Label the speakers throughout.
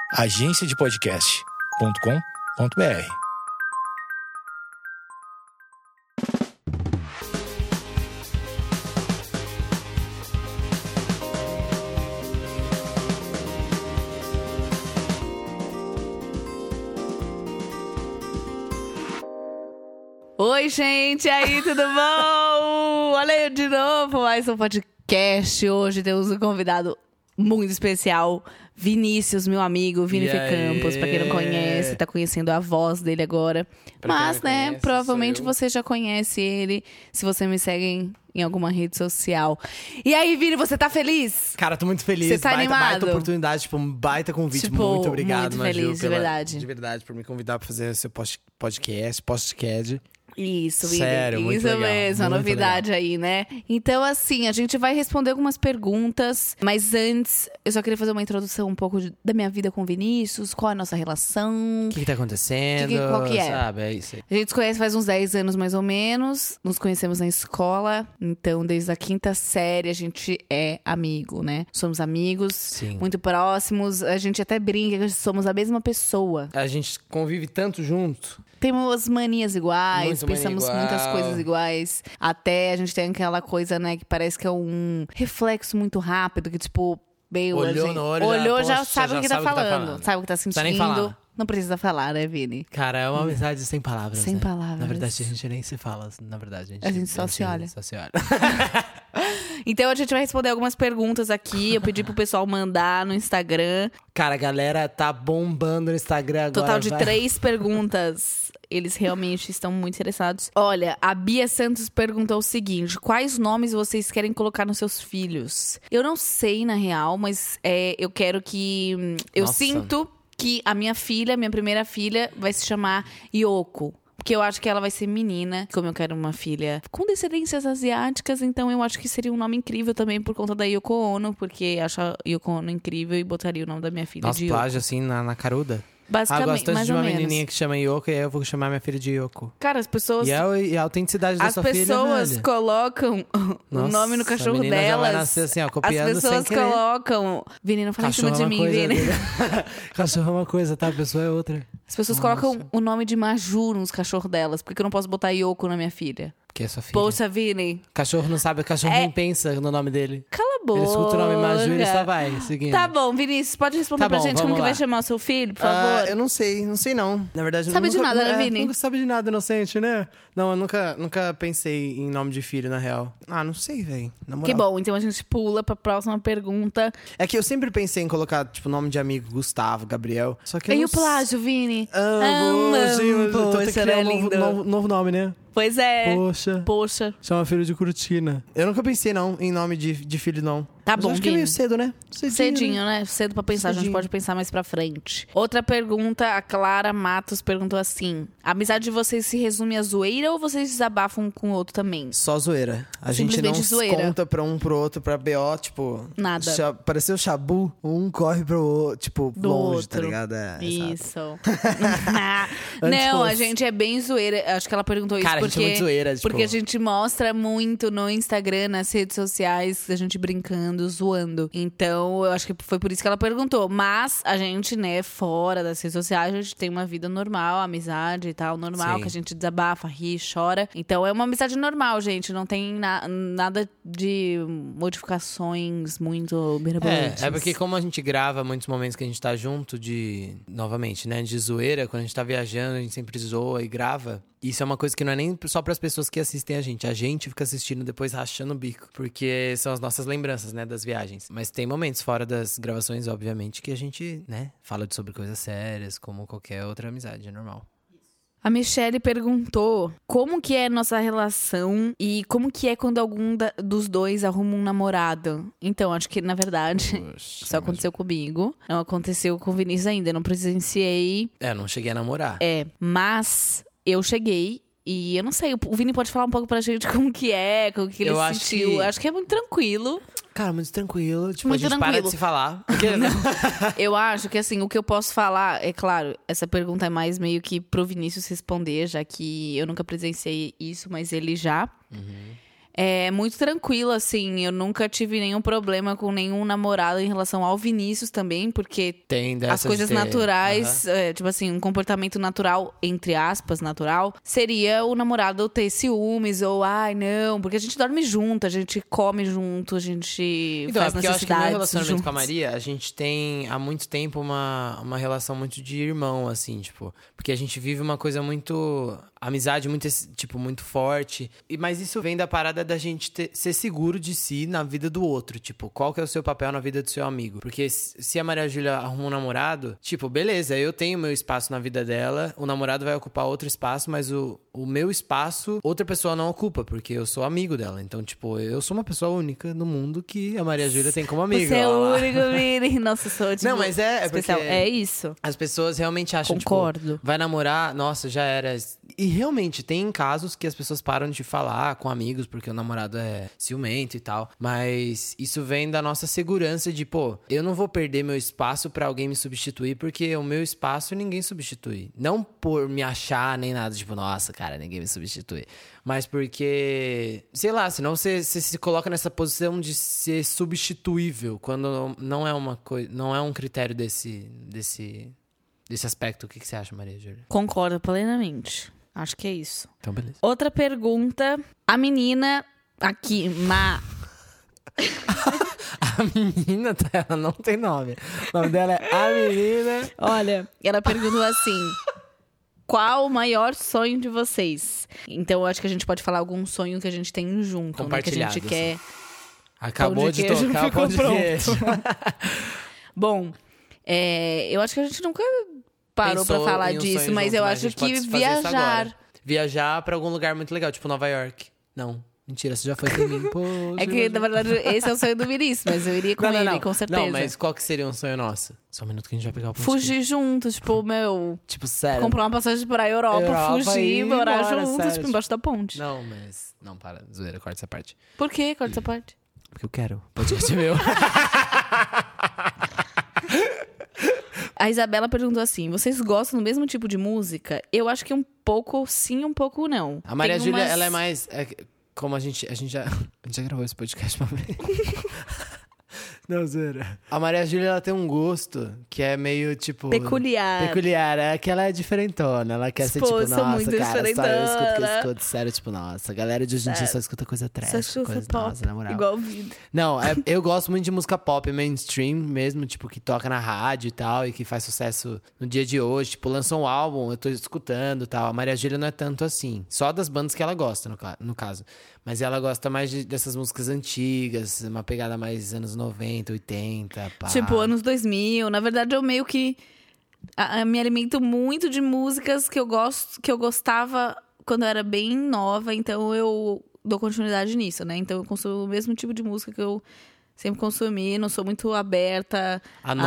Speaker 1: agenciadepodcast.com.br.
Speaker 2: Oi, gente, e aí, tudo bom? Olha eu de novo, mais um podcast. Hoje temos um convidado muito especial, Vinícius, meu amigo, Vini Campos. Pra quem não conhece, tá conhecendo a voz dele agora. Mas, né, conhece, provavelmente você já conhece ele, se você me segue em alguma rede social. E aí, Vini, você tá feliz?
Speaker 3: Cara, tô muito feliz.
Speaker 2: Você tá animado?
Speaker 3: Baita oportunidade, um baita convite. Muito obrigado,
Speaker 2: muito feliz,
Speaker 3: Maju,
Speaker 2: de verdade,
Speaker 3: por me convidar pra fazer seu podcast.
Speaker 2: Isso,
Speaker 3: sério, muito
Speaker 2: isso
Speaker 3: legal,
Speaker 2: mesmo, a novidade legal aí, né? Então, assim, a gente vai responder algumas perguntas, mas antes, eu só queria fazer uma introdução um pouco da minha vida com o Vinícius, qual é a nossa relação.
Speaker 3: O que tá acontecendo,
Speaker 2: qual que é?
Speaker 3: Sabe, é isso aí.
Speaker 2: A gente se conhece faz uns 10 anos, mais ou menos, nos conhecemos na escola, então desde a 5ª série a gente é amigo, né? Somos amigos,
Speaker 3: Sim.
Speaker 2: Muito próximos, a gente até brinca que somos a mesma pessoa.
Speaker 3: A gente convive tanto junto.
Speaker 2: Temos manias iguais, pensamos muitas coisas iguais. Até a gente tem aquela coisa, né, que parece que é um reflexo muito rápido, que tipo, olhou, já sabe o que tá falando. Sabe o que tá sentindo.
Speaker 3: Nem falar.
Speaker 2: Não precisa falar, né, Vini?
Speaker 3: Cara, é uma amizade sem palavras.
Speaker 2: Sem
Speaker 3: né?
Speaker 2: palavras.
Speaker 3: Na verdade, a gente nem se fala. Na verdade,
Speaker 2: a gente só se olha.
Speaker 3: Só se olha.
Speaker 2: Então a gente vai responder algumas perguntas aqui. Eu pedi pro pessoal mandar no Instagram.
Speaker 3: Cara, a galera tá bombando no Instagram agora.
Speaker 2: Total de 3 perguntas. Eles realmente estão muito interessados. Olha, a Bia Santos perguntou o seguinte: quais nomes vocês querem colocar nos seus filhos? Eu não sei, na real, mas eu quero que... Eu sinto que a minha primeira filha, vai se chamar Yoko. Porque eu acho que ela vai ser menina. Como eu quero uma filha com descendências asiáticas, então eu acho que seria um nome incrível também por conta da Yoko Ono. Porque acho a Yoko Ono incrível e botaria o nome da minha filha de Yoko.
Speaker 3: Plágio assim na caruda?
Speaker 2: Basicamente,
Speaker 3: gosto
Speaker 2: mais
Speaker 3: de
Speaker 2: ou
Speaker 3: uma
Speaker 2: menos.
Speaker 3: menininha que chama Yoko e aí eu vou chamar minha filha de Yoko.
Speaker 2: Cara, as pessoas...
Speaker 3: E a autenticidade da sua filha,
Speaker 2: As pessoas colocam o nome no cachorro
Speaker 3: a
Speaker 2: delas.
Speaker 3: Já vai nascer assim, ó, copiando.
Speaker 2: As pessoas colocam... Vini, não fala em cima de mim, Vini.
Speaker 3: Cachorro é uma coisa, tá? A pessoa é outra.
Speaker 2: As pessoas colocam o nome de Maju nos cachorros delas. Por que eu não posso botar Yoko na minha filha?
Speaker 3: Porque é sua filha.
Speaker 2: Poxa, Vini.
Speaker 3: Cachorro não sabe, cachorro nem pensa no nome dele.
Speaker 2: Cala a boca.
Speaker 3: Ele escuta o nome Maju e ele só vai seguindo.
Speaker 2: Tá bom, Vinícius, pode responder pra gente como que vai chamar o seu filho, por favor?
Speaker 3: Eu não sei não. Na verdade,
Speaker 2: sabe de nada, né, Vini?
Speaker 3: Nunca sabe de nada, inocente, né? Não, eu nunca pensei em nome de filho, na real. Não sei, velho.
Speaker 2: Que bom, então a gente pula pra próxima pergunta.
Speaker 3: É que eu sempre pensei em colocar, tipo, nome de amigo, Gustavo, Gabriel. Só que
Speaker 2: E o plágio, Vini?
Speaker 3: Poxa,
Speaker 2: era lindo.
Speaker 3: Novo nome, né?
Speaker 2: Pois é.
Speaker 3: Poxa. Chama filho de Curutina. Eu nunca pensei, não, em nome de filho, não.
Speaker 2: Tá bom,
Speaker 3: acho que é meio cedo, né?
Speaker 2: Cedinho, né? Cedo pra pensar. A gente pode pensar mais pra frente. Outra pergunta, a Clara Matos perguntou assim: a amizade de vocês se resume a zoeira ou vocês desabafam um com o outro também?
Speaker 3: Só zoeira. A gente não conta pra um pro outro, pra BO, tipo...
Speaker 2: Nada.
Speaker 3: Pareceu Chabu, um corre pro outro, tipo,
Speaker 2: do
Speaker 3: longe,
Speaker 2: outro.
Speaker 3: tá ligado?
Speaker 2: Isso. Não, a gente é bem zoeira. Acho que ela perguntou isso
Speaker 3: porque...
Speaker 2: a gente é
Speaker 3: muito zoeira, tipo...
Speaker 2: Porque a gente mostra muito no Instagram, nas redes sociais, a gente brincando, zoando. Então, eu acho que foi por isso que ela perguntou. Mas a gente, né, fora das redes sociais, a gente tem uma vida normal, amizade e tal, normal. Sim. Que a gente desabafa, ri, chora. Então, é uma amizade normal, gente. Não tem nada de modificações muito mirabolantes.
Speaker 3: É porque como a gente grava muitos momentos que a gente tá junto novamente, né, de zoeira, quando a gente tá viajando, a gente sempre zoa e grava. Isso é uma coisa que não é nem só pras pessoas que assistem a gente fica assistindo depois rachando o bico, porque são as nossas lembranças, né, das viagens. Mas tem momentos fora das gravações, obviamente, que a gente, né, fala sobre coisas sérias, como qualquer outra amizade, é normal.
Speaker 2: A Michelle perguntou como que é nossa relação e como que é quando algum dos dois arruma um namorado. Então, acho que, na verdade, isso aconteceu comigo. Não aconteceu com o Vinícius ainda, não presenciei.
Speaker 3: Não cheguei a namorar.
Speaker 2: Mas eu cheguei e eu não sei, o Vini pode falar um pouco pra gente como que ele sentiu. Acho que é muito tranquilo.
Speaker 3: Cara, muito tranquilo. Tipo,
Speaker 2: muito
Speaker 3: a gente
Speaker 2: tranquilo.
Speaker 3: para de se falar.
Speaker 2: Eu acho que, assim, o que eu posso falar... É claro, essa pergunta é mais meio que pro Vinícius responder, já que eu nunca presenciei isso, mas ele já. é muito tranquilo, assim. Eu nunca tive nenhum problema com nenhum namorado em relação ao Vinícius também, porque
Speaker 3: Tem
Speaker 2: as
Speaker 3: dessas
Speaker 2: coisas
Speaker 3: de ter-
Speaker 2: naturais, tipo assim, um comportamento natural, entre aspas, natural, seria o namorado ter ciúmes ou, ai, não, porque a gente dorme junto, a gente come junto, a gente
Speaker 3: Então, é
Speaker 2: faz
Speaker 3: porque eu acho que no meu
Speaker 2: necessidades
Speaker 3: relacionamento
Speaker 2: juntos.
Speaker 3: com a Maria, a gente tem há muito tempo uma relação muito de irmão, assim, tipo. Porque a gente vive uma coisa muito. Amizade muito, tipo, muito forte. Mas isso vem da parada da gente ser seguro de si na vida do outro. Tipo, qual que é o seu papel na vida do seu amigo? Porque se a Maria Júlia arruma um namorado, tipo, beleza, eu tenho meu espaço na vida dela, o namorado vai ocupar outro espaço, mas o meu espaço, outra pessoa não ocupa, porque eu sou amigo dela. Então, tipo, eu sou uma pessoa única no mundo que a Maria Júlia tem como amiga.
Speaker 2: Você é
Speaker 3: ó
Speaker 2: o
Speaker 3: lá.
Speaker 2: único, Vini. Nossa, eu sou, tipo,
Speaker 3: Não, mas é
Speaker 2: especial.
Speaker 3: porque-
Speaker 2: É isso.
Speaker 3: As pessoas realmente acham,
Speaker 2: Concordo.
Speaker 3: tipo, vai namorar, nossa, já era. E realmente, tem casos que as pessoas param de falar com amigos porque o namorado é ciumento e tal. Mas isso vem da nossa segurança de, pô, eu não vou perder meu espaço pra alguém me substituir, porque o meu espaço ninguém substitui. Não por me achar nem nada, tipo, nossa, cara, ninguém me substitui. Mas porque, sei lá, senão você se coloca nessa posição de ser substituível, quando não é uma coisa, não é um critério desse aspecto. O que você acha, Maria Júlia?
Speaker 2: Concordo plenamente. Acho que é isso.
Speaker 3: Então, beleza.
Speaker 2: Outra pergunta. A menina aqui,
Speaker 3: A menina, ela não tem nome. O nome dela é A Menina.
Speaker 2: Olha, ela perguntou assim: qual o maior sonho de vocês? Então, eu acho que a gente pode falar algum sonho que a gente tem junto, né? Que a gente
Speaker 3: Compartilhado,
Speaker 2: quer.
Speaker 3: Acabou
Speaker 2: Pão de
Speaker 3: de
Speaker 2: queijo
Speaker 3: tocar o
Speaker 2: ficou
Speaker 3: pão de
Speaker 2: pronto.
Speaker 3: queijo.
Speaker 2: Bom, eu acho que a gente nunca parou
Speaker 3: Pensou
Speaker 2: pra falar
Speaker 3: em um
Speaker 2: disso,
Speaker 3: sonho
Speaker 2: mas
Speaker 3: junto,
Speaker 2: eu
Speaker 3: né? A
Speaker 2: acho
Speaker 3: gente
Speaker 2: que
Speaker 3: pode fazer isso
Speaker 2: viajar.
Speaker 3: agora. Viajar pra algum lugar muito legal, tipo Nova York. Não, mentira, você já foi sem mim. Pô,
Speaker 2: É que, na verdade, esse é o sonho do Vinícius, mas eu iria com ele, com certeza.
Speaker 3: Não, mas qual que seria um sonho nosso? Só um minuto que a gente vai pegar o pão de queijo.
Speaker 2: Fugir juntos, tipo, meu.
Speaker 3: Tipo, sério.
Speaker 2: Comprar uma passagem pra Europa,
Speaker 3: Europa
Speaker 2: fugir,
Speaker 3: e ir
Speaker 2: morar
Speaker 3: embora,
Speaker 2: juntos,
Speaker 3: sério,
Speaker 2: tipo, embaixo da ponte.
Speaker 3: Não, mas... Não, para. Zoeira, corta essa parte.
Speaker 2: Por que? Corta essa parte.
Speaker 3: Porque eu quero. O podcast é meu.
Speaker 2: A Isabela perguntou assim: vocês gostam do mesmo tipo de música? Eu acho que um pouco sim, um pouco não.
Speaker 3: A Maria
Speaker 2: Tem
Speaker 3: Júlia,
Speaker 2: umas-
Speaker 3: ela é mais... como a gente já gravou esse podcast uma vez. Não, zoeira. A Maria Júlia, ela tem um gosto que é meio, tipo...
Speaker 2: Peculiar.
Speaker 3: Peculiar. É que ela é diferentona. Ela quer ser,
Speaker 2: Pô,
Speaker 3: tipo,
Speaker 2: eu sou
Speaker 3: nossa,
Speaker 2: muito
Speaker 3: cara, só eu escuto que eu
Speaker 2: diferentona.
Speaker 3: escuto. Sério, tipo, nossa, a galera de hoje em dia só escuta coisa trash.
Speaker 2: Só escuta
Speaker 3: coisa,
Speaker 2: pop,
Speaker 3: nossa, na moral.
Speaker 2: igual vida.
Speaker 3: Não, eu gosto muito de música pop mainstream mesmo, tipo, que toca na rádio e tal, e que faz sucesso no dia de hoje. Tipo, lançou um álbum, eu tô escutando e tal. A Maria Júlia não é tanto assim. Só das bandas que ela gosta, no caso. Mas ela gosta mais dessas músicas antigas, uma pegada mais anos 90, 80, pá.
Speaker 2: Tipo, anos 2000. Na verdade, eu meio que me alimento muito de músicas que eu gosto, que eu gostava quando eu era bem nova, então eu dou continuidade nisso, né? Então eu consumo o mesmo tipo de música que eu sempre consumi, não sou muito aberta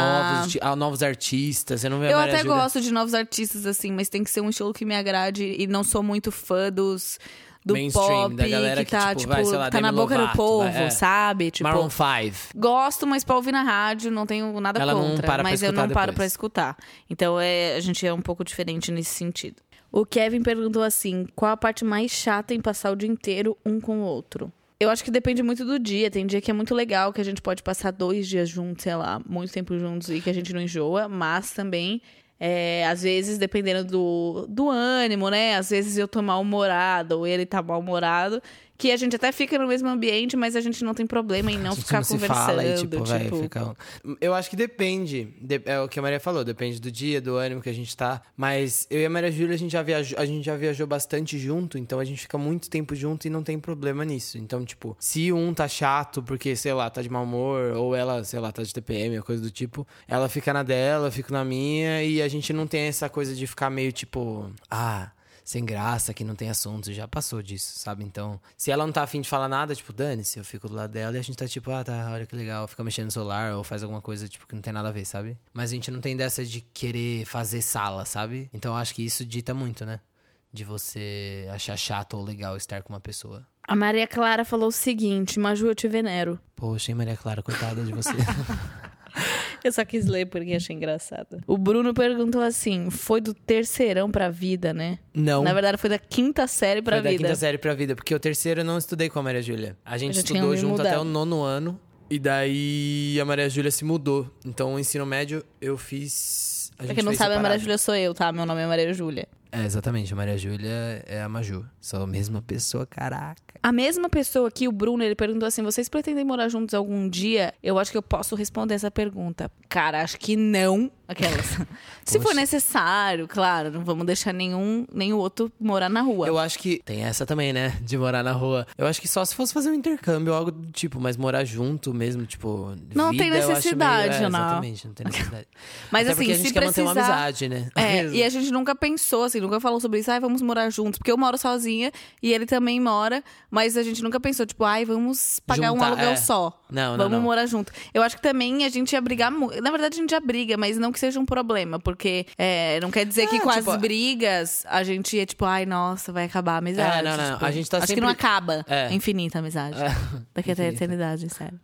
Speaker 3: A novos artistas, você não vê a
Speaker 2: Eu
Speaker 3: Maria
Speaker 2: até
Speaker 3: Júlia...
Speaker 2: gosto de novos artistas, assim, mas tem que ser um estilo que me agrade e não sou muito fã do
Speaker 3: Mainstream,
Speaker 2: pop
Speaker 3: da galera
Speaker 2: que tá,
Speaker 3: que, tipo,
Speaker 2: tipo,
Speaker 3: vai, sei lá,
Speaker 2: tá na
Speaker 3: Demi
Speaker 2: boca do
Speaker 3: Lovato,
Speaker 2: povo,
Speaker 3: vai, é.
Speaker 2: sabe? Tipo,
Speaker 3: Maroon 5.
Speaker 2: gosto, mas pra ouvir na rádio não tenho nada
Speaker 3: Ela não
Speaker 2: contra.
Speaker 3: para pra
Speaker 2: mas eu
Speaker 3: escutar
Speaker 2: não paro
Speaker 3: depois.
Speaker 2: pra escutar. Então a gente é um pouco diferente nesse sentido. O Kevin perguntou assim: qual a parte mais chata em passar o dia inteiro um com o outro? Eu acho que depende muito do dia. Tem dia que é muito legal, que a gente pode passar 2 dias juntos, sei lá, muito tempo juntos e que a gente não enjoa, mas também. Às vezes, dependendo do ânimo, né? Às vezes eu tô mal-humorado ou ele tá mal-humorado. Que a gente até fica no mesmo ambiente, mas a gente não tem problema em não
Speaker 3: A gente
Speaker 2: ficar
Speaker 3: não se
Speaker 2: conversando.
Speaker 3: fala e, tipo, vai ficar... Eu acho que depende. É o que a Maria falou. Depende do dia, do ânimo que a gente tá. Mas eu e a Maria Júlia, a gente já viajou bastante junto. Então a gente fica muito tempo junto e não tem problema nisso. Então, tipo, se um tá chato porque, sei lá, tá de mau humor, ou ela, sei lá, tá de TPM, ou coisa do tipo, ela fica na dela, eu fico na minha. E a gente não tem essa coisa de ficar meio, tipo... sem graça, que não tem assunto, já passou disso, sabe? Então, se ela não tá afim de falar nada, tipo, dane-se, eu fico do lado dela e a gente tá tipo, tá, olha que legal, fica mexendo no celular ou faz alguma coisa, tipo, que não tem nada a ver, sabe? Mas a gente não tem dessa de querer fazer sala, sabe? Então, eu acho que isso dita muito, né? De você achar chato ou legal estar com uma pessoa.
Speaker 2: A Maria Clara falou o seguinte: Maju, eu te venero.
Speaker 3: Poxa, hein, Maria Clara, coitada de você.
Speaker 2: Eu só quis ler porque achei engraçado. O Bruno perguntou assim, foi do terceirão pra vida, né?
Speaker 3: Não.
Speaker 2: Na verdade, foi da quinta série pra
Speaker 3: Foi
Speaker 2: vida.
Speaker 3: da quinta série pra vida, porque o terceiro eu não estudei com a Maria Júlia. A gente
Speaker 2: Eu já tinha
Speaker 3: estudou
Speaker 2: me
Speaker 3: junto
Speaker 2: mudado.
Speaker 3: até o 9º ano. E daí a Maria Júlia se mudou. Então o ensino médio eu fiz...
Speaker 2: Pra quem não sabe, a Maria Júlia sou eu, tá? Meu nome é Maria Júlia.
Speaker 3: É, exatamente. A Maria Júlia é a Maju. São a mesma pessoa, caraca.
Speaker 2: A mesma pessoa aqui, o Bruno, ele perguntou assim, vocês pretendem morar juntos algum dia? Eu acho que eu posso responder essa pergunta. Cara, acho que não. Aquelas. Se for
Speaker 3: Poxa.
Speaker 2: necessário, claro, não vamos deixar nem o outro morar na rua.
Speaker 3: Eu acho que... Tem essa também, né? De morar na rua. Eu acho que só se fosse fazer um intercâmbio, algo do tipo. Mas morar junto mesmo, tipo...
Speaker 2: Não
Speaker 3: vida,
Speaker 2: tem
Speaker 3: eu acho
Speaker 2: necessidade,
Speaker 3: meio...
Speaker 2: não.
Speaker 3: Exatamente, não tem necessidade.
Speaker 2: Mas
Speaker 3: Até
Speaker 2: assim,
Speaker 3: porque a gente
Speaker 2: se
Speaker 3: quer
Speaker 2: precisar...
Speaker 3: manter uma amizade, né?
Speaker 2: E a gente nunca pensou, assim, nunca falou sobre isso. Ai, vamos morar juntos. Porque eu moro sozinha e ele também mora. Mas a gente nunca pensou, tipo, ai, vamos pagar um
Speaker 3: Juntar,
Speaker 2: aluguel
Speaker 3: é.
Speaker 2: só.
Speaker 3: Não.
Speaker 2: Vamos morar junto. Eu acho que também a gente ia brigar muito. Na verdade, a gente já briga, mas não que seja um problema. Porque não quer dizer que com
Speaker 3: tipo,
Speaker 2: as brigas a gente ia, tipo, ai, nossa, vai acabar a amizade.
Speaker 3: não.
Speaker 2: Tipo,
Speaker 3: A gente tá
Speaker 2: acho
Speaker 3: sempre...
Speaker 2: que não acaba.
Speaker 3: É.
Speaker 2: Infinita a amizade. Daqui até a
Speaker 3: Infinita.
Speaker 2: eternidade, sério.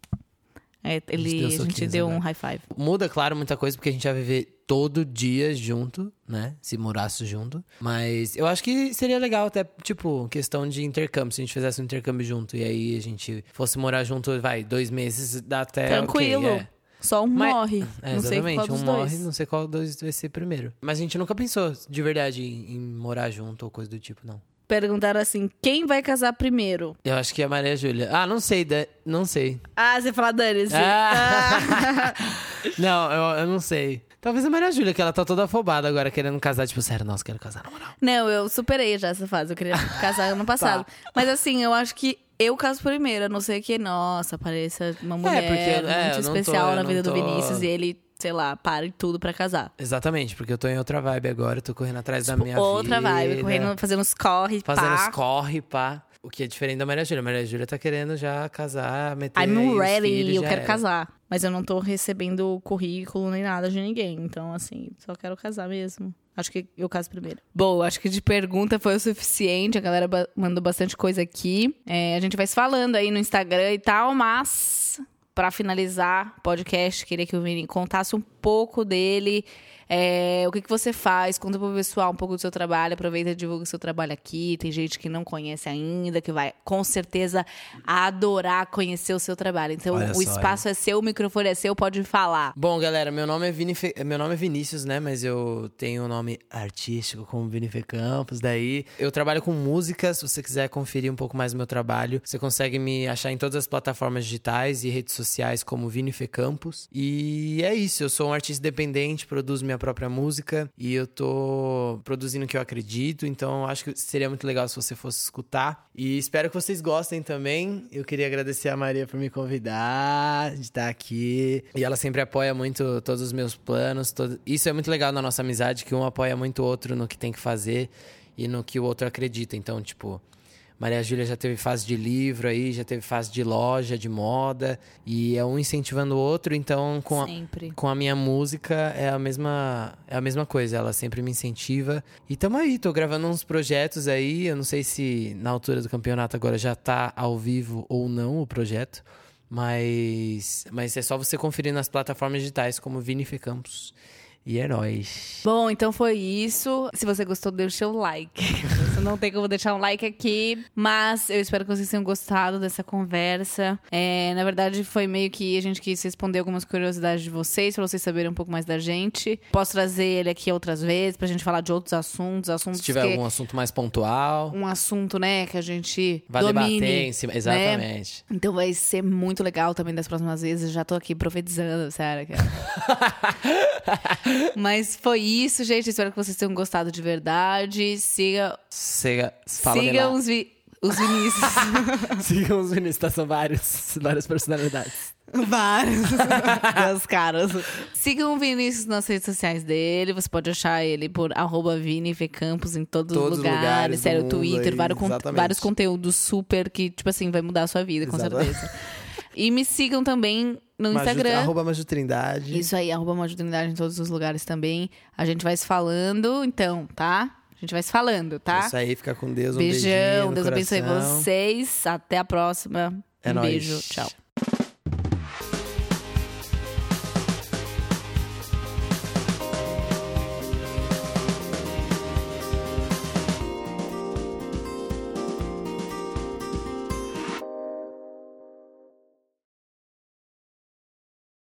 Speaker 2: A
Speaker 3: deu
Speaker 2: gente
Speaker 3: soquinhos
Speaker 2: deu
Speaker 3: agora.
Speaker 2: um high five.
Speaker 3: Muda, claro, muita coisa, porque a gente vai viver todo dia junto, né? Se morasse junto. Mas eu acho que seria legal até, tipo, questão de intercâmbio. Se a gente fizesse um intercâmbio junto e aí a gente fosse morar junto, 2 meses, dá até
Speaker 2: Tranquilo.
Speaker 3: ok,
Speaker 2: Só um morre. Não sei
Speaker 3: exatamente,
Speaker 2: qual dos
Speaker 3: um
Speaker 2: dois.
Speaker 3: morre, não sei qual dos vai ser primeiro. Mas a gente nunca pensou de verdade em morar junto ou coisa do tipo, não.
Speaker 2: Perguntaram assim, quem vai casar primeiro?
Speaker 3: Eu acho que é a Maria Júlia. Ah, não sei, não sei.
Speaker 2: Ah, você fala dane-se.
Speaker 3: Ah. Não, eu não sei. Talvez a Maria Júlia, que ela tá toda afobada agora, querendo casar. Tipo, sério, nossa, quero casar na moral.
Speaker 2: Não, eu superei já essa fase. Eu queria casar ano passado. Mas assim, eu acho que eu caso primeiro. A não ser que, nossa, pareça uma mulher
Speaker 3: porque,
Speaker 2: muito
Speaker 3: eu não
Speaker 2: especial
Speaker 3: tô-
Speaker 2: na
Speaker 3: eu
Speaker 2: vida
Speaker 3: não
Speaker 2: do
Speaker 3: tô-
Speaker 2: Vinícius. E ele, sei lá, pare tudo pra casar.
Speaker 3: Exatamente, porque eu tô em outra vibe agora, eu tô correndo atrás da minha
Speaker 2: Outra
Speaker 3: vida.
Speaker 2: vibe, correndo, fazendo uns corre,
Speaker 3: Fazendo
Speaker 2: pá.
Speaker 3: os corre, pá. O que é diferente da Maria Júlia. A Maria Júlia tá querendo já casar, meter
Speaker 2: I'm
Speaker 3: aí os
Speaker 2: ready,
Speaker 3: filhos,
Speaker 2: eu
Speaker 3: já
Speaker 2: quero
Speaker 3: era.
Speaker 2: casar. Mas eu não tô recebendo currículo nem nada de ninguém. Então, assim, só quero casar mesmo. Acho que eu caso primeiro. Bom, acho que de pergunta foi o suficiente. A galera mandou bastante coisa aqui. A gente vai se falando aí no Instagram e tal, mas... Pra finalizar o podcast, queria que o Vini contasse um pouco dele. O que você faz, conta pro pessoal um pouco do seu trabalho, aproveita e divulga o seu trabalho aqui. Tem gente que não conhece ainda, que vai com certeza adorar conhecer o seu trabalho. Então,
Speaker 3: Olha
Speaker 2: o
Speaker 3: só,
Speaker 2: espaço é seu, o microfone é seu, pode falar.
Speaker 3: Bom, galera, meu nome é Vinícius, né? Mas eu tenho um nome artístico como Vini Fê Campos. Daí eu trabalho com música. Se você quiser conferir um pouco mais do meu trabalho, você consegue me achar em todas as plataformas digitais e redes sociais como Vini Fê Campos. E é isso, eu sou um artista independente, produzo minha própria música e eu tô produzindo o que eu acredito. Então eu acho que seria muito legal se você fosse escutar. E espero que vocês gostem também. Eu queria agradecer a Maria por me convidar, de estar aqui. E ela sempre apoia muito todos os meus planos. Isso é muito legal na nossa amizade, que um apoia muito o outro no que tem que fazer e no que o outro acredita. Então, tipo, Maria Júlia já teve fase de livro aí, já teve fase de loja, de moda. E é um incentivando o outro. Então,
Speaker 2: Sempre.
Speaker 3: com a minha música é a mesma coisa. Ela sempre me incentiva. E tamo aí, tô gravando uns projetos aí. Eu não sei se na altura do campeonato agora já tá ao vivo ou não o projeto. Mas é só você conferir nas plataformas digitais como Vini Fê Campos. E é nóis.
Speaker 2: Bom, então foi isso. Se você gostou, deixa o like. Você não tem como deixar um like aqui. Mas eu espero que vocês tenham gostado dessa conversa. Na verdade, foi meio que a gente quis responder algumas curiosidades de vocês, pra vocês saberem um pouco mais da gente. Posso trazer ele aqui outras vezes, pra gente falar de outros assuntos.
Speaker 3: Se tiver algum assunto mais pontual,
Speaker 2: um assunto, né, que a gente
Speaker 3: vai
Speaker 2: domine,
Speaker 3: debater em cima.
Speaker 2: né?
Speaker 3: Exatamente.
Speaker 2: Então vai ser muito legal também das próximas vezes. Já tô aqui profetizando, sério. Mas foi isso, gente. Espero que vocês tenham gostado de verdade.
Speaker 3: Sigam
Speaker 2: Sigam os Vinícius.
Speaker 3: Sigam os Vinícius, são várias personalidades.
Speaker 2: Vários. Meus caras. Sigam o Vinícius nas redes sociais dele. Você pode achar ele por @ViniFeCampos em todos os lugares. Sério,
Speaker 3: do mundo
Speaker 2: Twitter,
Speaker 3: aí,
Speaker 2: vários
Speaker 3: exatamente.
Speaker 2: conteúdos super que, tipo assim, vai mudar a sua vida, com
Speaker 3: Exatamente.
Speaker 2: certeza. E me sigam também no Instagram.
Speaker 3: @MajuTrindade.
Speaker 2: Isso aí, @MajuTrindade em todos os lugares também. A gente vai se falando, então, tá? A gente vai se falando, tá?
Speaker 3: Isso aí, fica com Deus. Um
Speaker 2: Beijão,
Speaker 3: beijinho no
Speaker 2: Deus abençoe
Speaker 3: coração.
Speaker 2: vocês. Até a próxima.
Speaker 3: É
Speaker 2: Um
Speaker 3: nóis.
Speaker 2: beijo, tchau.